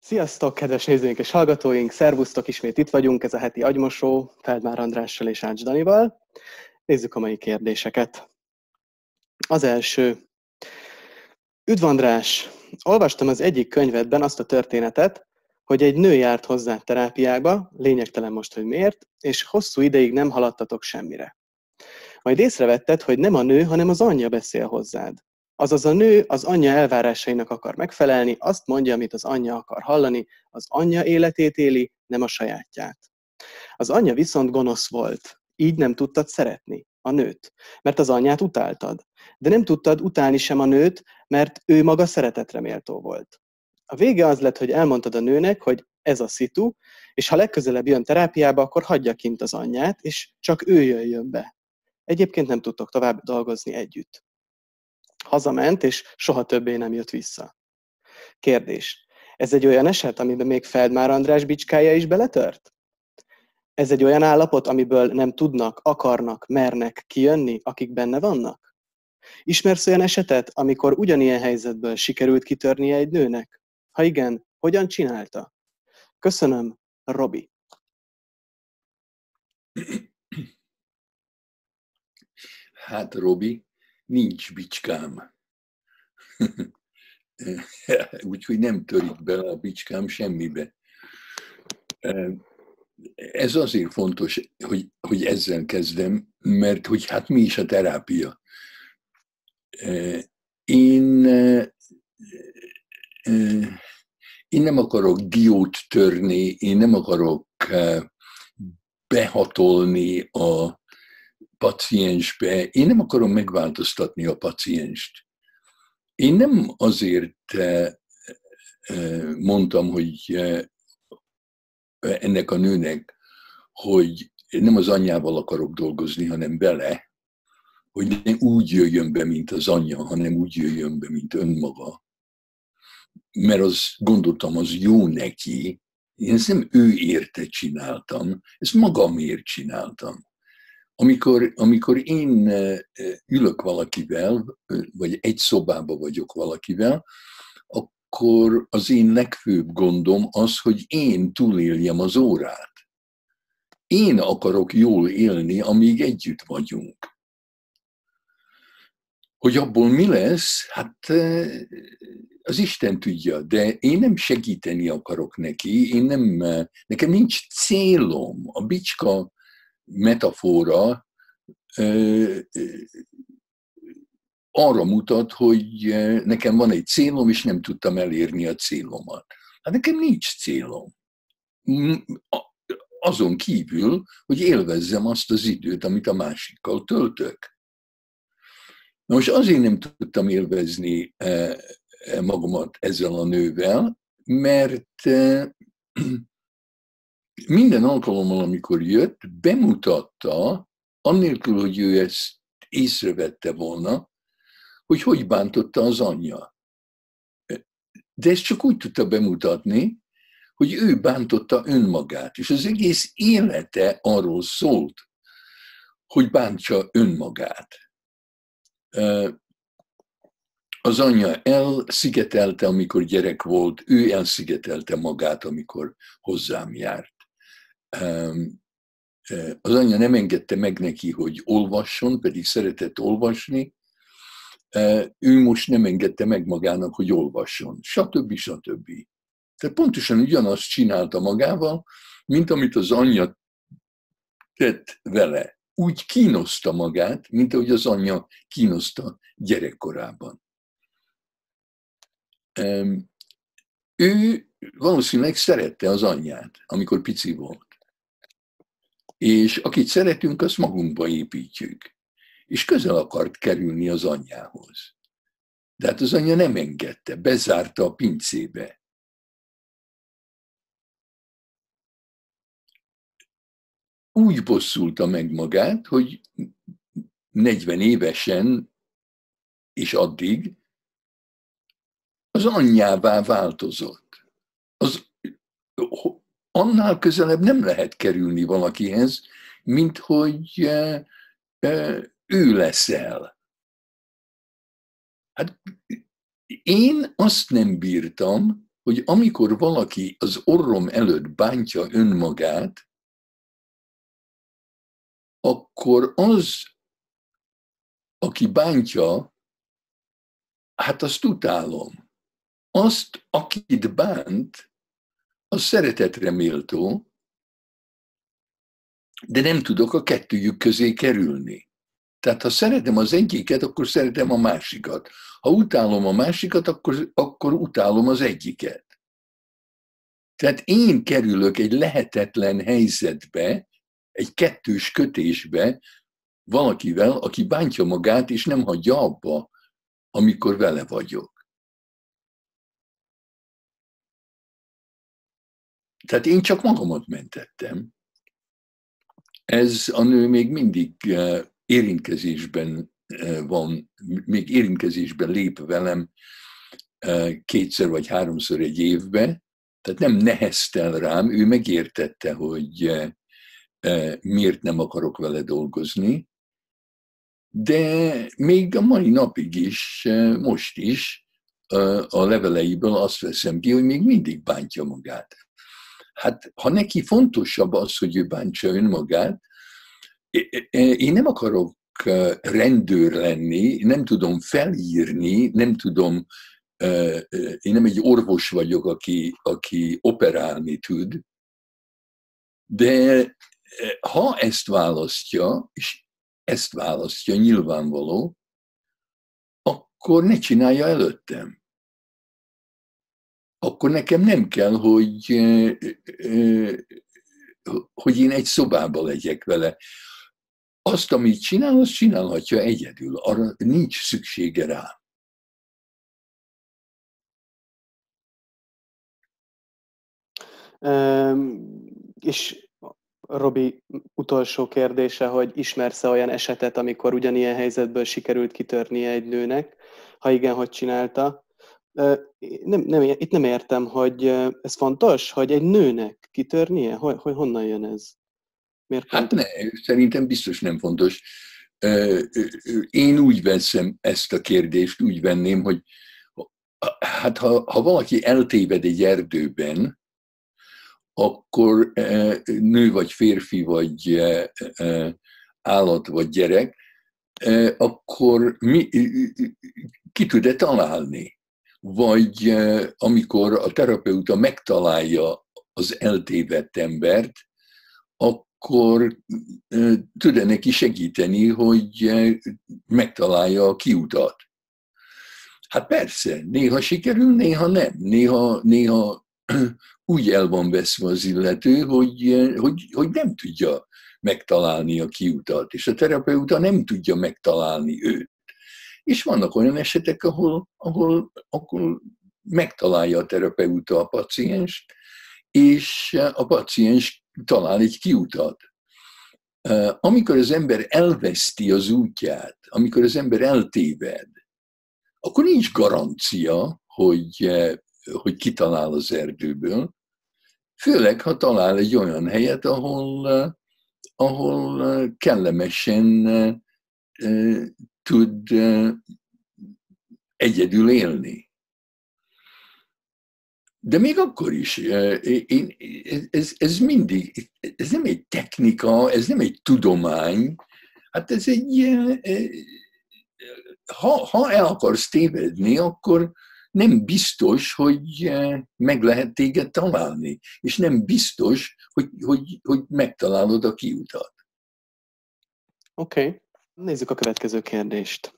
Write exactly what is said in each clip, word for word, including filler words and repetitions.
Sziasztok, kedves nézőink és hallgatóink! Szervusztok, ismét itt vagyunk, ez a heti agymosó, Feldmár Andrással és Ács Danival. Nézzük a mai kérdéseket. Az első. Üdv András! Olvastam az egyik könyvedben azt a történetet, hogy egy nő járt hozzá terápiába, lényegtelen most, hogy miért, és hosszú ideig nem haladtatok semmire. Majd észrevetted, hogy nem a nő, hanem az anyja beszél hozzád. Azaz a nő az anyja elvárásainak akar megfelelni, azt mondja, amit az anyja akar hallani, az anyja életét éli, nem a sajátját. Az anyja viszont gonosz volt, így nem tudtad szeretni a nőt, mert az anyját utáltad. De nem tudtad utálni sem a nőt, mert ő maga szeretetre méltó volt. A vége az lett, hogy elmondtad a nőnek, hogy ez a szitu, és ha legközelebb jön terápiába, akkor hagyja kint az anyját, és csak ő jöjjön be. Egyébként nem tudtok tovább dolgozni együtt. Hazament, és soha többé nem jött vissza. Kérdés. Ez egy olyan eset, amiben még Feldmár András bicskája is beletört? Ez egy olyan állapot, amiből nem tudnak, akarnak, mernek kijönni, akik benne vannak? Ismersz olyan esetet, amikor ugyanilyen helyzetből sikerült kitörnie egy nőnek? Ha igen, hogyan csinálta? Köszönöm, Robi. Hát, Robi, nincs bicskám. Úgyhogy nem törik bele a bicskám semmibe. Ez azért fontos, hogy, hogy ezzel kezdem, mert hogy hát mi is a terápia. Én, én nem akarok diót törni, én nem akarok behatolni a paciensbe, én nem akarom megváltoztatni a pacienst. Én nem azért mondtam, hogy ennek a nőnek, hogy nem az anyjával akarok dolgozni, hanem vele, hogy ne úgy jöjjön be, mint az anyja, hanem úgy jöjjön be, mint önmaga. Mert az, gondoltam, az jó neki. Én ezt nem ő érte csináltam, ezt magamért csináltam. Amikor, amikor én ülök valakivel, vagy egy szobában vagyok valakivel, akkor az én legfőbb gondom az, hogy én túléljem az órát. Én akarok jól élni, amíg együtt vagyunk. Hogy abból mi lesz, hát az Isten tudja, de én nem segíteni akarok neki, én nem, nekem nincs célom. A bicska metafora arra mutat, hogy nekem van egy célom, és nem tudtam elérni a célomat. Hát nekem nincs célom. Azon kívül, hogy élvezzem azt az időt, amit a másikkal töltök. Na most azért nem tudtam élvezni magamat ezzel a nővel, mert minden alkalommal, amikor jött, bemutatta, annélkül, hogy ő ezt észrevette volna, hogy hogy bántotta az anyja. De ezt csak úgy tudta bemutatni, hogy ő bántotta önmagát, és az egész élete arról szólt, hogy bántsa önmagát. Az anyja elszigetelte, amikor gyerek volt, ő elszigetelte magát, amikor hozzám járt. Az anyja nem engedte meg neki, hogy olvasson, pedig szeretett olvasni. Ő most nem engedte meg magának, hogy olvasson, stb. stb. Tehát pontosan ugyanazt csinálta magával, mint amit az anyja tett vele. Úgy kínoszta magát, mint ahogy az anyja kínoszta gyerekkorában. Ő valószínűleg szerette az anyját, amikor pici volt. És akit szeretünk, azt magunkba építjük. És közel akart kerülni az anyjához. De hát az anyja nem engedte, bezárta a pincébe. Úgy bosszulta meg magát, hogy negyven évesen és addig az anyjává változott. Az, annál közelebb nem lehet kerülni valakihez, mint hogy ő leszel. Hát én azt nem bírtam, hogy amikor valaki az orrom előtt bántja önmagát, akkor az, aki bántja, hát azt utálom. Azt, akit bánt, az szeretetre méltó, de nem tudok a kettőjük közé kerülni. Tehát ha szeretem az egyiket, akkor szeretem a másikat. Ha utálom a másikat, akkor, akkor utálom az egyiket. Tehát én kerülök egy lehetetlen helyzetbe, egy kettős kötésbe valakivel, aki bántja magát, és nem hagyja abba, amikor vele vagyok. Tehát én csak magamat mentettem. Ez a nő még mindig érintkezésben van, még érintkezésben lép velem kétszer vagy háromszor egy évbe, tehát nem neheztel rám, ő megértette, hogy miért nem akarok vele dolgozni, de még a mai napig is, most is a leveleiből azt veszem ki, hogy még mindig bántja magát. Hát ha neki fontosabb az, hogy ő bántsa önmagát, én nem akarok rendőr lenni, nem tudom felírni, nem tudom, én nem egy orvos vagyok, aki, aki operálni tud, de ha ezt választja, és ezt választja nyilvánvaló, akkor ne csinálja előttem. Akkor nekem nem kell, hogy, hogy én egy szobába legyek vele. Azt, amit csinál, azt csinálhatja egyedül. Arra nincs szüksége rá. Um, és Robi utolsó kérdése, hogy ismersz-e olyan esetet, amikor ugyanilyen helyzetből sikerült kitörnie egy nőnek? Ha igen, hogy csinálta? Nem, nem, itt nem értem, hogy ez fontos, hogy egy nőnek kitörnie? Hogy, hogy honnan jön ez? Miért hát ne, szerintem biztos nem fontos. Én úgy veszem ezt a kérdést, úgy venném, hogy hát ha, ha valaki eltéved egy erdőben, akkor nő vagy férfi, vagy állat, vagy gyerek, akkor mi, ki tud-e találni? Vagy amikor a terapeuta megtalálja az eltévedt embert, akkor tud-e neki segíteni, hogy megtalálja a kiutat? Hát persze, néha sikerül, néha nem. Néha, néha úgy el van veszve az illető, hogy, hogy, hogy nem tudja megtalálni a kiutat, és a terapeuta nem tudja megtalálni őt. És vannak olyan esetek, ahol, ahol, ahol megtalálja a terapeuta a pacienst, és a paciens talál egy kiutat. Amikor az ember elveszti az útját, amikor az ember eltéved, akkor nincs garancia, hogy, hogy kitalál az erdőből, főleg, ha talál egy olyan helyet, ahol, ahol kellemesen tud egyedül élni. De még akkor is, én, ez, ez mindig, ez nem egy technika, ez nem egy tudomány, hát ez egy, ha, ha el akarsz tévedni, akkor nem biztos, hogy meg lehet téged találni, és nem biztos, hogy, hogy, hogy megtalálod a kiutat. Oké, okay. Nézzük a következő kérdést.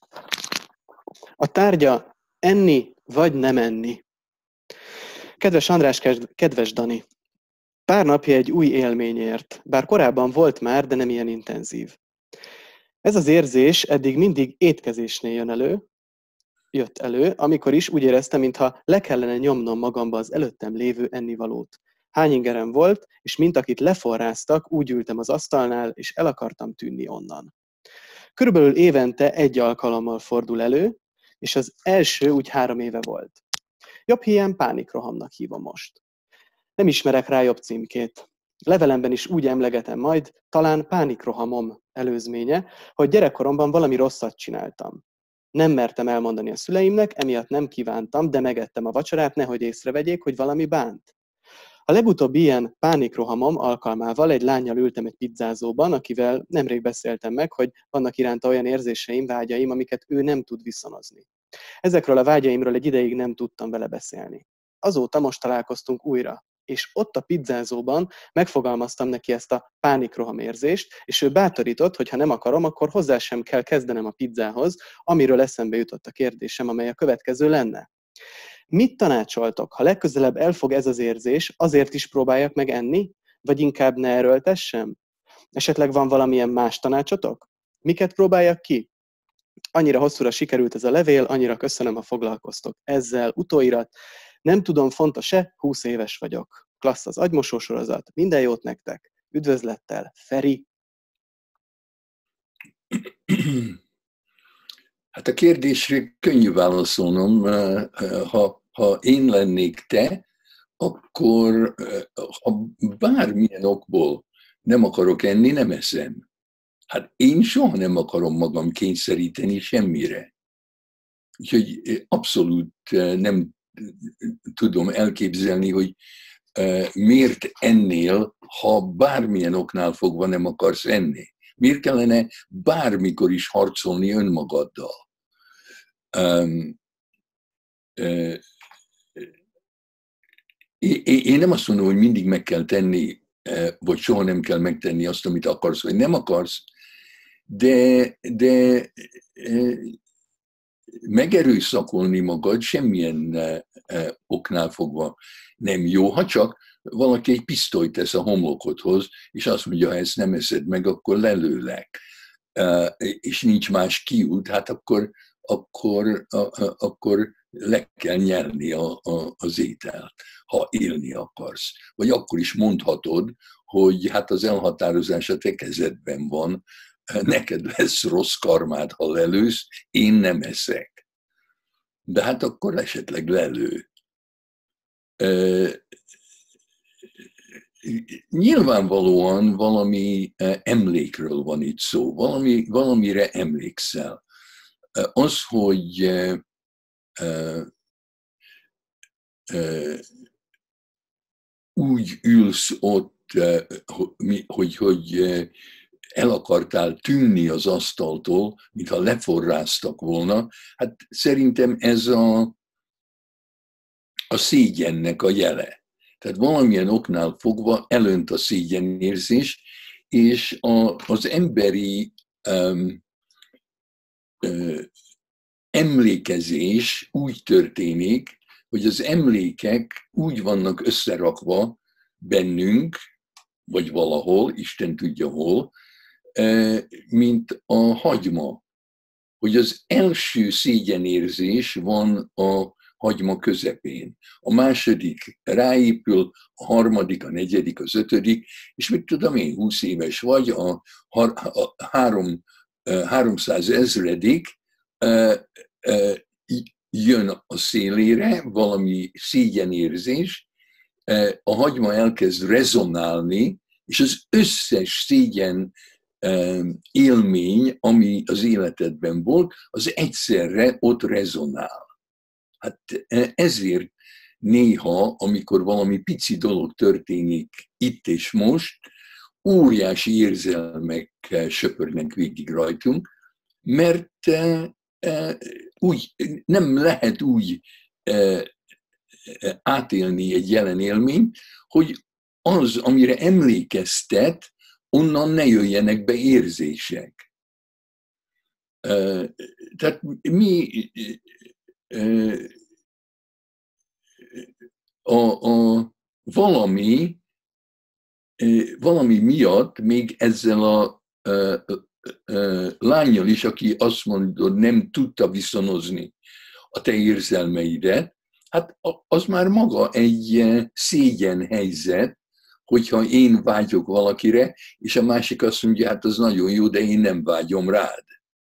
A tárgya enni vagy nem enni? Kedves András, kedves Dani, pár napja egy új élményért, bár korábban volt már, de nem ilyen intenzív. Ez az érzés eddig mindig étkezésnél jön elő, jött elő, amikor is úgy éreztem, mintha le kellene nyomnom magamba az előttem lévő ennivalót. Hány ingerem volt, és mint akit leforráztak, úgy ültem az asztalnál, és el akartam tűnni onnan. Körülbelül évente egy alkalommal fordul elő, és az első úgy három éve volt. Jobb híján pánikrohamnak hívom most. Nem ismerek rá jobb címkét. Levelemben is úgy emlegetem majd, talán pánikrohamom előzménye, hogy gyerekkoromban valami rosszat csináltam. Nem mertem elmondani a szüleimnek, emiatt nem kívántam, de megettem a vacsorát, nehogy észrevegyék, hogy valami bánt. A legutóbbi ilyen pánikrohamom alkalmával egy lánnyal ültem egy pizzázóban, akivel nemrég beszéltem meg, hogy vannak iránta olyan érzéseim, vágyaim, amiket ő nem tud viszonozni. Ezekről a vágyaimról egy ideig nem tudtam vele beszélni. Azóta most találkoztunk újra, és ott a pizzázóban megfogalmaztam neki ezt a pánikroham érzést, és ő bátorított, hogy ha nem akarom, akkor hozzá sem kell kezdenem a pizzához, amiről eszembe jutott a kérdésem, amely a következő lenne. Mit tanácsoltok, ha legközelebb elfog ez az érzés, azért is próbáljak meg enni, vagy inkább ne erőltessem? Esetleg van valamilyen más tanácsotok? Miket próbáljak ki? Annyira hosszúra sikerült ez a levél, annyira köszönöm, ha foglalkoztok ezzel. Utóirat, nem tudom, fontos-e, húsz éves vagyok. Klassz az agymosó sorozat, minden jót nektek. Üdvözlettel, Feri. Hát a kérdésre könnyű válaszolnom. Ha, ha én lennék te, akkor ha bármilyen okból nem akarok enni, nem eszem. Hát én soha nem akarom magam kényszeríteni semmire. Úgyhogy abszolút nem tudom elképzelni, hogy miért ennél, ha bármilyen oknál fogva nem akarsz enni. Miért kellene bármikor is harcolni önmagaddal? Um, uh, én nem azt mondom, hogy mindig meg kell tenni, vagy soha nem kell megtenni azt, amit akarsz, vagy nem akarsz, de, de megerőszakolni magad semmilyen oknál fogva nem jó, ha csak valaki egy pisztolyt tesz a homlokodhoz, és azt mondja, ha ezt nem eszed meg, akkor lelőlek, és nincs más kiút, hát akkor, akkor, akkor le kell nyelni a, a, az ételt, ha élni akarsz. Vagy akkor is mondhatod, hogy hát az elhatározás a te kezedben van, neked lesz rossz karmád, ha lelősz, én nem eszek. De hát akkor esetleg lelő. Nyilvánvalóan valami emlékről van itt szó, valami, valamire emlékszel. Az, hogy úgy ülsz ott, hogy, hogy el akartál tűnni az asztaltól, mintha leforráztak volna, hát szerintem ez a, a szégyennek a jele. Tehát valamilyen oknál fogva elönt a szégyenérzés, és a, az emberi um, uh, emlékezés úgy történik, hogy az emlékek úgy vannak összerakva bennünk, vagy valahol, Isten tudja hol, mint a hagyma. Hogy az első szégyenérzés van a hagyma közepén. A második ráépül, a harmadik, a negyedik, az ötödik, és mit tudom én, húsz éves vagy, a, a három, háromszázezredik jön a szélére valami szégyenérzés, a hagyma elkezd rezonálni, és az összes szégyen élmény, ami az életedben volt, az egyszerre ott rezonál. Hát ezért néha, amikor valami pici dolog történik itt és most, óriási érzelmek söpörnek végig rajtunk, mert úgy, nem lehet úgy átélni egy jelen élményt, hogy az, amire emlékeztet, onnan ne jöjjenek be érzések. Tehát mi a, a valami, valami miatt még ezzel a, a, a, a lányjal is, aki azt mondod, nem tudta viszonozni a te érzelmeidet, hát az már maga egy szégyen helyzet, hogyha én vágyok valakire, és a másik azt mondja, hát az nagyon jó, de én nem vágyom rád.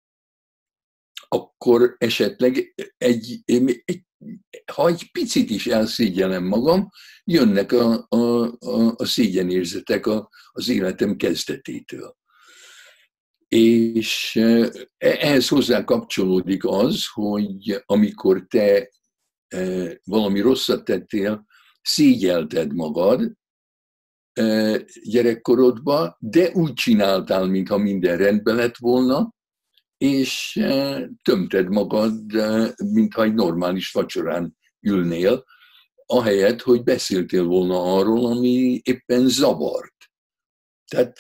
Akkor esetleg, egy, egy, ha egy picit is elszégyellem magam, jönnek a, a, a, a szégyenérzetek a, az életem kezdetétől. És ehhez hozzá kapcsolódik az, hogy amikor te valami rosszat tettél, szégyelted magad gyerekkorodban, de úgy csináltál, mintha minden rendben lett volna, és tömted magad, mintha egy normális vacsorán ülnél, ahelyett, hogy beszéltél volna arról, ami éppen zavart. Tehát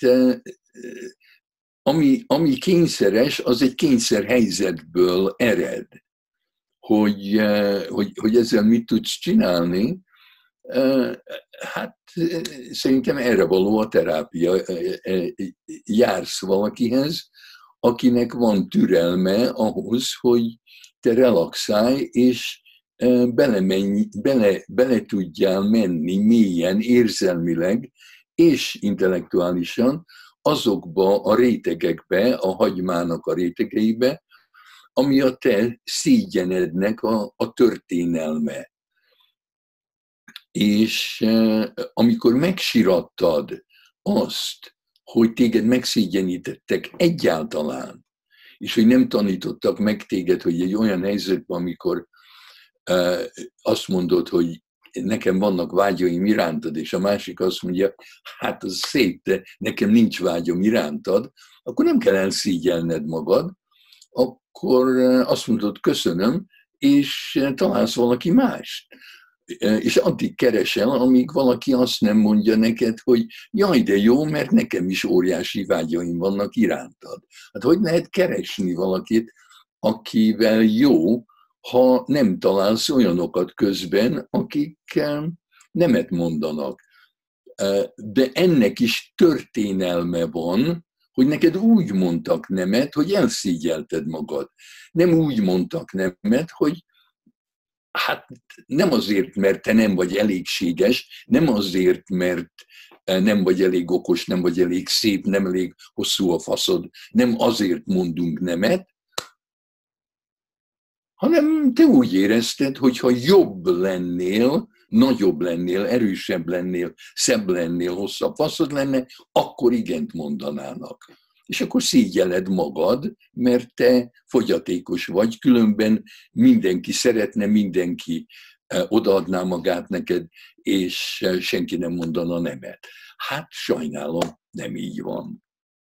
ami, ami kényszeres, az egy kényszerhelyzetből ered. Hogy, hogy, hogy ezzel mit tudsz csinálni, hát szerintem erre való a terápia. Jársz valakihez, akinek van türelme ahhoz, hogy te relaxálj, és belemenj, bele, bele tudjál menni mélyen, érzelmileg és intellektuálisan azokba a rétegekbe, a hagymának a rétegeibe, ami a te szégyenednek a, a történelme. És amikor megsirattad azt, hogy téged megszégyenítettek egyáltalán, és hogy nem tanítottak meg téged, hogy egy olyan helyzetben, amikor azt mondod, hogy nekem vannak vágyaim irántad, és a másik azt mondja, hát az szép, de nekem nincs vágyam irántad, akkor nem kell elszígyelned magad, akkor azt mondod, köszönöm, és találsz valaki mást. És addig keresel, amíg valaki azt nem mondja neked, hogy jaj, de jó, mert nekem is óriási vágyaim vannak irántad. Hát hogy lehet keresni valakit, akivel jó, ha nem találsz olyanokat közben, akik nemet mondanak. De ennek is történelme van, hogy neked úgy mondtak nemet, hogy elszígyelted magad. Nem úgy mondtak nemet, hogy hát nem azért, mert te nem vagy elégséges, nem azért, mert nem vagy elég okos, nem vagy elég szép, nem elég hosszú a faszod, nem azért mondunk nemet, hanem te úgy érezted, hogy ha jobb lennél, nagyobb lennél, erősebb lennél, szebb lennél, hosszabb faszod lenne, akkor igent mondanának. És akkor szégyelled magad, mert te fogyatékos vagy, különben mindenki szeretne, mindenki odaadná magát neked, és senki nem mondana nemet. Hát sajnálom, nem így van.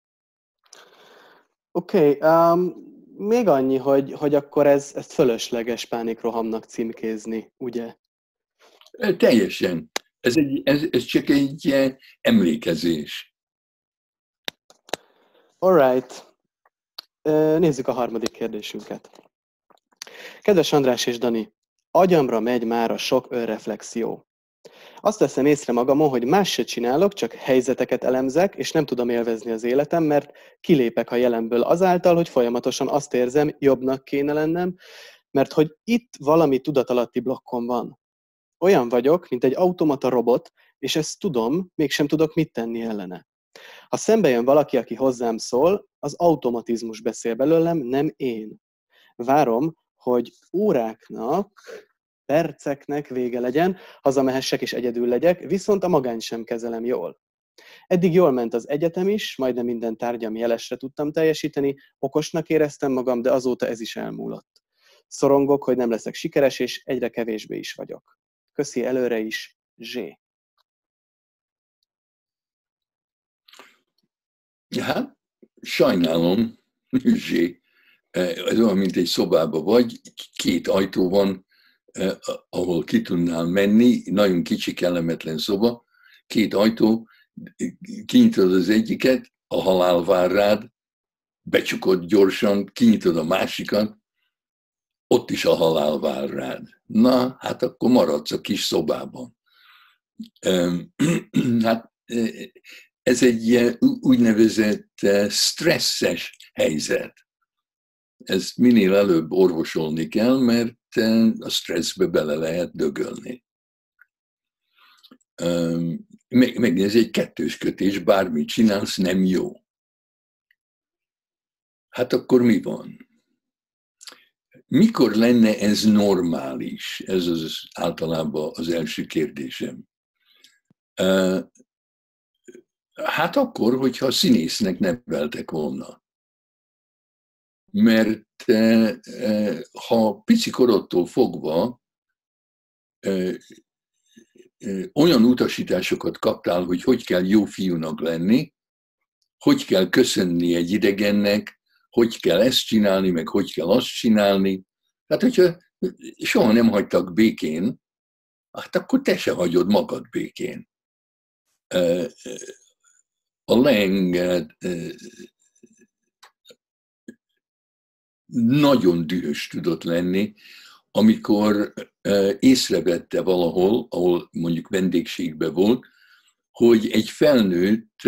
Oké, okay, um, még annyi, hogy, hogy akkor ez, ezt fölösleges pánikrohamnak címkézni, ugye? Teljesen. Ez, egy, ez, ez csak egy emlékezés. Alright. Nézzük a harmadik kérdésünket. Kedves András és Dani, agyamra megy már a sok önreflexió. Azt veszem észre magamon, hogy más se csinálok, csak helyzeteket elemzek, és nem tudom élvezni az életem, mert kilépek a jelenből azáltal, hogy folyamatosan azt érzem, jobbnak kéne lennem, mert hogy itt valami tudatalatti blokkom van. Olyan vagyok, mint egy automata robot, és ezt tudom, mégsem tudok mit tenni ellene. Ha szembe jön valaki, aki hozzám szól, az automatizmus beszél belőlem, nem én. Várom, hogy óráknak, perceknek vége legyen, hazamehessek és egyedül legyek, viszont a magányt sem kezelem jól. Eddig jól ment az egyetem is, majdnem minden tárgyam jelesre tudtam teljesíteni, okosnak éreztem magam, de azóta ez is elmúlott. Szorongok, hogy nem leszek sikeres, és egyre kevésbé is vagyok. Köszi előre is, Zsé. Hát, sajnálom, Zsé. Ez olyan, mint egy szobában vagy, két ajtó van, ahol ki tudnál menni, nagyon kicsi, kellemetlen szoba, két ajtó, kinyitod az egyiket, a halál vár rád, becsukod gyorsan, kinyitod a másikat, ott is a halál vár rád. Na, hát akkor maradsz a kis szobában. Hát ez egy ilyen úgynevezett stresszes helyzet. Ezt minél előbb orvosolni kell, mert a stresszbe bele lehet dögölni. Meg ez egy kettős kötés, bármit csinálsz, nem jó. Hát akkor mi van? Mikor lenne ez normális? Ez az általában az első kérdésem. Hát akkor, hogyha színésznek neveltek volna. mert ha pici korodtól fogva olyan utasításokat kaptál, hogy hogy kell jó fiúnak lenni, hogy kell köszönni egy idegennek, hogy kell ezt csinálni, meg hogy kell azt csinálni. Hát, hogyha soha nem hagytak békén, hát akkor te se hagyod magad békén. A Leng nagyon dühös tudott lenni, amikor észrevette valahol, ahol mondjuk vendégségben volt, hogy egy felnőtt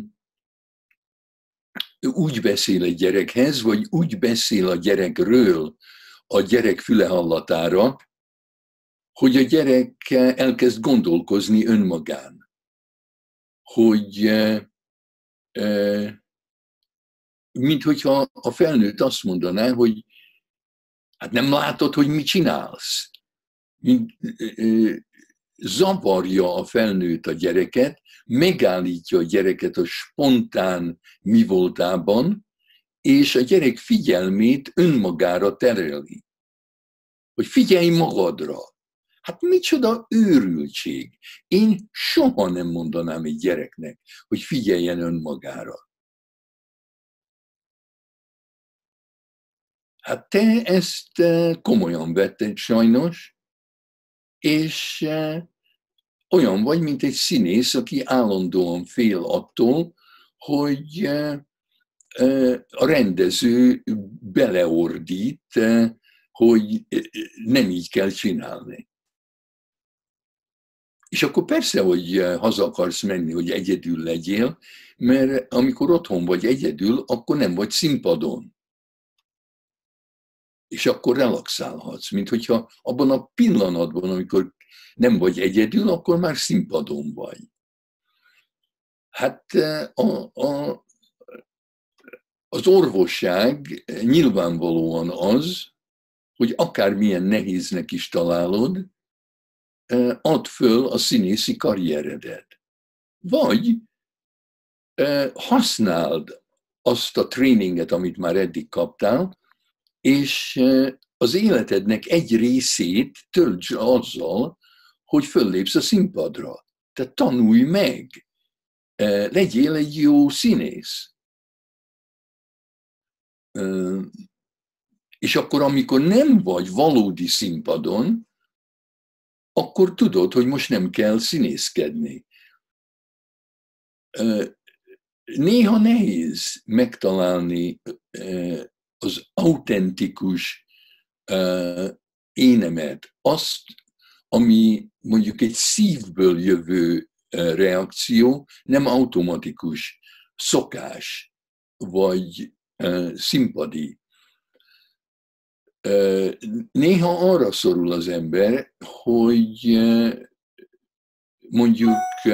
úgy beszél egy gyerekhez, vagy úgy beszél a gyerekről a gyerek füle hallatára, hogy a gyerek elkezd gondolkozni önmagán. Hogy mint hogyha a felnőtt azt mondaná, hogy hát nem látod, hogy mit csinálsz. Mint, zavarja a felnőtt a gyereket, megállítja a gyereket a spontán mi voltában, és a gyerek figyelmét önmagára tereli. Hogy figyelj magadra. Hát micsoda őrültség. Én soha nem mondanám egy gyereknek, hogy figyeljen önmagára. Hát te ezt komolyan vetted sajnos, és olyan vagy, mint egy színész, aki állandóan fél attól, hogy a rendező beleordít, hogy nem így kell csinálni. És akkor persze, hogy haza akarsz menni, hogy egyedül legyél, mert amikor otthon vagy egyedül, akkor nem vagy színpadon. És akkor relaxálhatsz, mint hogyha abban a pillanatban, amikor nem vagy egyedül, akkor már színpadon vagy. Hát a, a, az orvosság nyilvánvalóan az, hogy akármilyen nehéznek is találod, add föl a színészi karrieredet. Vagy használd azt a tréninget, amit már eddig kaptál, és az életednek egy részét töltsd azzal, hogy föllépsz a színpadra. Tehát tanulj meg, legyél egy jó színész. És akkor, amikor nem vagy valódi színpadon, akkor tudod, hogy most nem kell színészkedni. Néha nehéz megtalálni az autentikus énemet, azt, ami mondjuk egy szívből jövő reakció, nem automatikus szokás, vagy színpadi. Néha arra szorul az ember, hogy mondjuk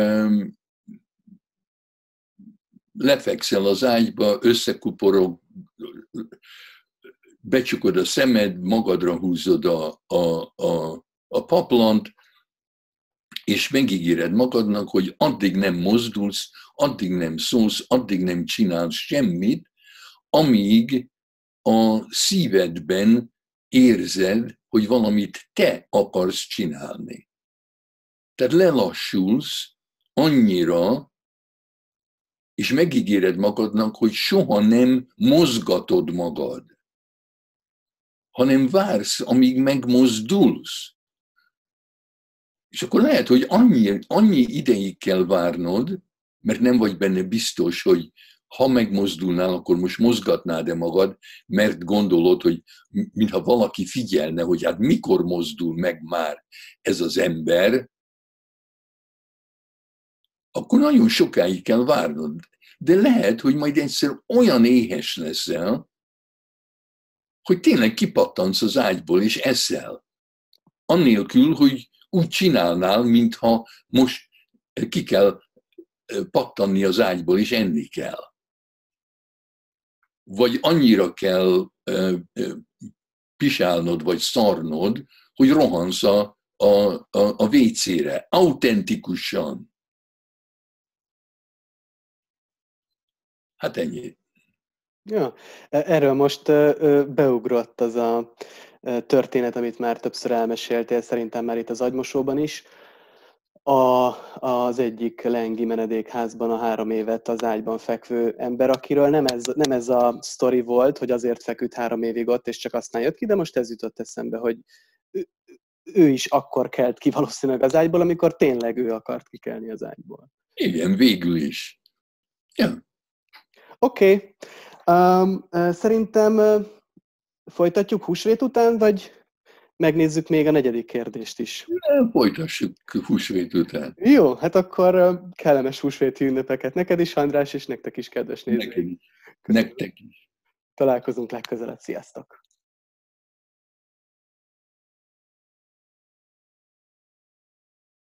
lefekszel az ágyba, összekuporog, becsukod a szemed, magadra húzod a, a, a, a paplant, és megígéred magadnak, hogy addig nem mozdulsz, addig nem szólsz, addig nem csinálsz semmit, amíg a szívedben érzed, hogy valamit te akarsz csinálni. Tehát lelassulsz annyira, és megígéred magadnak, hogy soha nem mozgatod magad, hanem vársz, amíg megmozdulsz. És akkor lehet, hogy annyi, annyi ideig kell várnod, mert nem vagy benne biztos, hogy ha megmozdulnál, akkor most mozgatnád-e magad, mert gondolod, hogy mintha valaki figyelne, hogy hát mikor mozdul meg már ez az ember, akkor nagyon sokáig kell várnod. De lehet, hogy majd egyszer olyan éhes leszel, hogy tényleg kipattansz az ágyból és eszel. Annélkül, hogy úgy csinálnál, mintha most ki kell pattanni az ágyból és enni kell. Vagy annyira kell pisálnod vagy szarnod, hogy rohansz a, a, a, a vécére, autentikusan. Hát ennyi. Ja, erről most beugrott az a történet, amit már többször elmeséltél, szerintem már itt az agymosóban is. A, az egyik lengi menedékházban a három évet az ágyban fekvő ember, akiről nem ez, nem ez a sztori volt, hogy azért feküdt három évig ott, és csak aztán jött ki, de most ez jutott eszembe, hogy ő, ő is akkor kelt ki valószínűleg az ágyból, amikor tényleg ő akart kikelni az ágyból. Igen, végül is. Ja. Oké. Okay. Um, szerintem uh, folytatjuk húsvét után, vagy megnézzük még a negyedik kérdést is? Ja, folytassuk húsvét után. Jó, hát akkor uh, kellemes húsvéti ünnepeket neked is, András, és nektek is, kedves nézők. Neked is. Nektek is. Találkozunk legközelebb. Sziasztok!